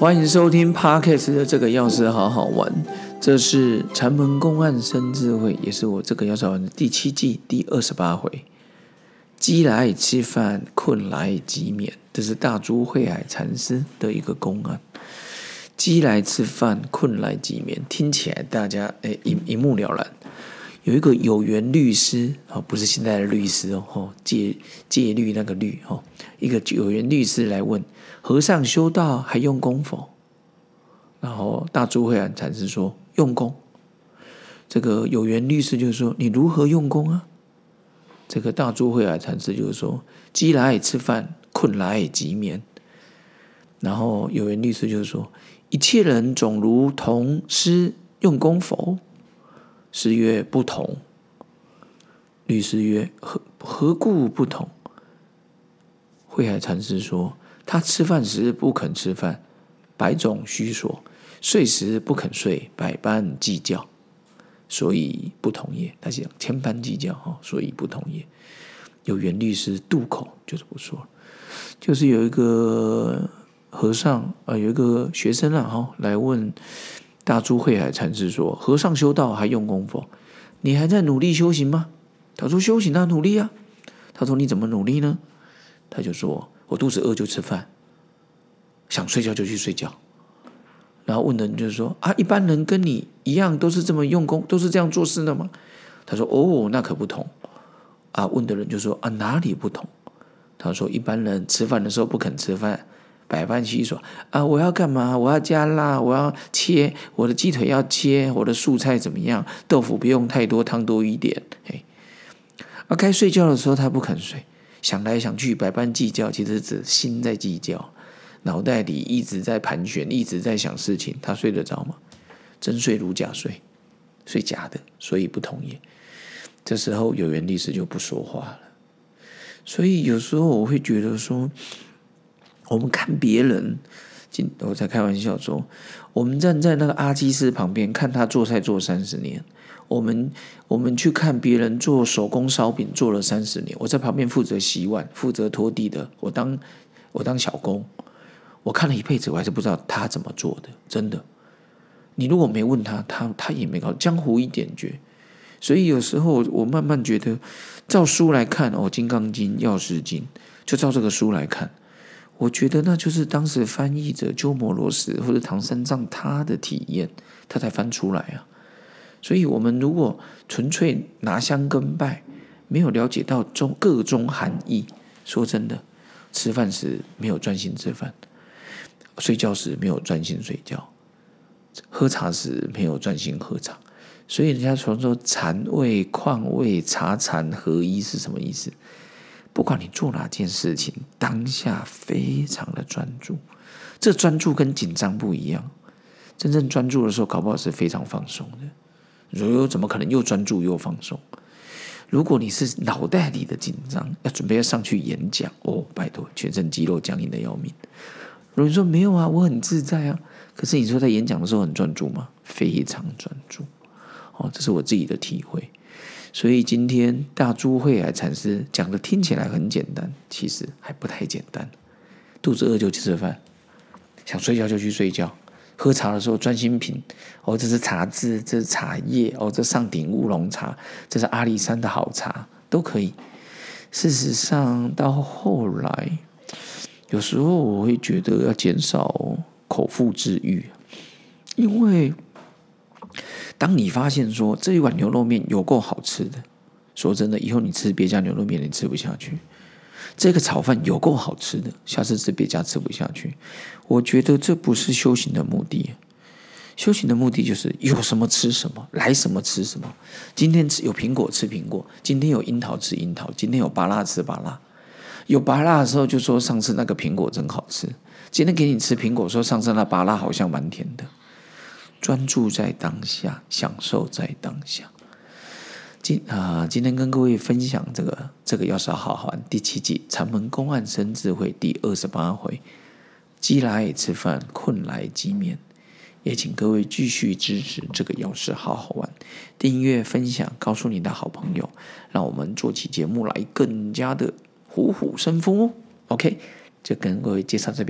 欢迎收听 Podcast 的这个钥匙好好玩，这是禅门公案生智慧，也是我这个钥匙好玩的第7季第28回。饥来吃饭，困来即眠，这是大珠慧海禅师的一个公案。饥来吃饭，困来即眠，听起来大家一目了然。有一个有缘律师，不是现在的律师戒律那个律，一个有缘律师来问和尚修道还用功否？然后大珠慧海禅师说用功。这个有缘律师就说你如何用功啊？这个大珠慧海禅师就说饥来吃饭，困来即眠。然后有缘律师就说一切人总如同师用功否？师曰不同。律师曰何故不同？慧海禅师说他吃饭时不肯吃饭，百种虚说；睡时不肯睡，百般计较，所以不同也。他讲千般计较，所以不同也。有缘律师渡口，就是不说了。就是有一个和尚有一个学生来问大珠慧海禅师说和尚修道还用功否？你还在努力修行吗？他说修行努力啊。他说你怎么努力呢？他就说我肚子饿就吃饭，想睡觉就去睡觉。然后问的人就说一般人跟你一样都是这么用功，都是这样做事的吗？他说那可不同。问的人就说哪里不同？他说一般人吃饭的时候不肯吃饭，百般虚说我要干嘛？我要加辣，我要切，我的鸡腿要切，我的素菜怎么样？豆腐不用太多，汤多一点。该睡觉的时候他不肯睡，想来想去百般计较，其实指心在计较，脑袋里一直在盘旋，一直在想事情，他睡得着吗？真睡如假睡，睡假的，所以不同也。这时候有缘律师就不说话了。所以有时候我会觉得说，我们看别人，我在开玩笑说，我们站在那个阿基师旁边看他做菜做30年，我们去看别人做手工烧饼做了30年，我在旁边负责洗碗负责拖地的，我当小工，我看了一辈子，我还是不知道他怎么做的，真的。你如果没问他也没搞，江湖一点绝。所以有时候我慢慢觉得，照书来看《金刚经》《药师经》，就照这个书来看，我觉得那就是当时翻译者鸠摩罗什或者唐三藏他的体验，他才翻出来啊。所以我们如果纯粹拿香跟拜，没有了解到各中含义，说真的，吃饭时没有专心吃饭，睡觉时没有专心睡觉，喝茶时没有专心喝茶。所以人家说禅味、况味、茶禅合一是什么意思？不管你做哪件事情，当下非常的专注。这专注跟紧张不一样，真正专注的时候，搞不好是非常放松的。你说怎么可能又专注又放松？如果你是脑袋里的紧张，准备要上去演讲，拜托，全身肌肉僵硬的要命。有人说没有啊，我很自在啊。可是你说在演讲的时候很专注吗？非常专注。这是我自己的体会。所以今天大珠慧海禅师讲的听起来很简单，其实还不太简单。肚子饿就去吃饭，想睡觉就去睡觉，喝茶的时候专心品，这是茶渍，这是茶叶，这上鼎乌龙茶，这是阿里山的好茶，都可以。事实上到后来，有时候我会觉得要减少口腹之欲，因为当你发现说这一碗牛肉面有够好吃的，说真的，以后你吃别家牛肉面你吃不下去。这个炒饭有够好吃的，下次吃别家吃不下去。我觉得这不是修行的目的。修行的目的就是有什么吃什么，来什么吃什么。今天有苹果吃苹果，今天有樱桃吃樱桃，今天有芭乐吃芭乐。有芭乐的时候就说上次那个苹果真好吃，今天给你吃苹果，说上次那芭乐好像蛮甜的。专注在当下，享受在当下。今天跟各位分享这个钥匙好好玩第7季禅门公案生智慧第28回，饥来吃饭，困来即眠。也请各位继续支持这个钥匙好好玩，订阅分享，告诉你的好朋友，让我们做起节目来更加的虎虎生风哦。OK，就跟各位介绍这边。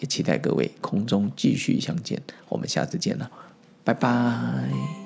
也期待各位空中继续相见，我们下次见了，拜拜。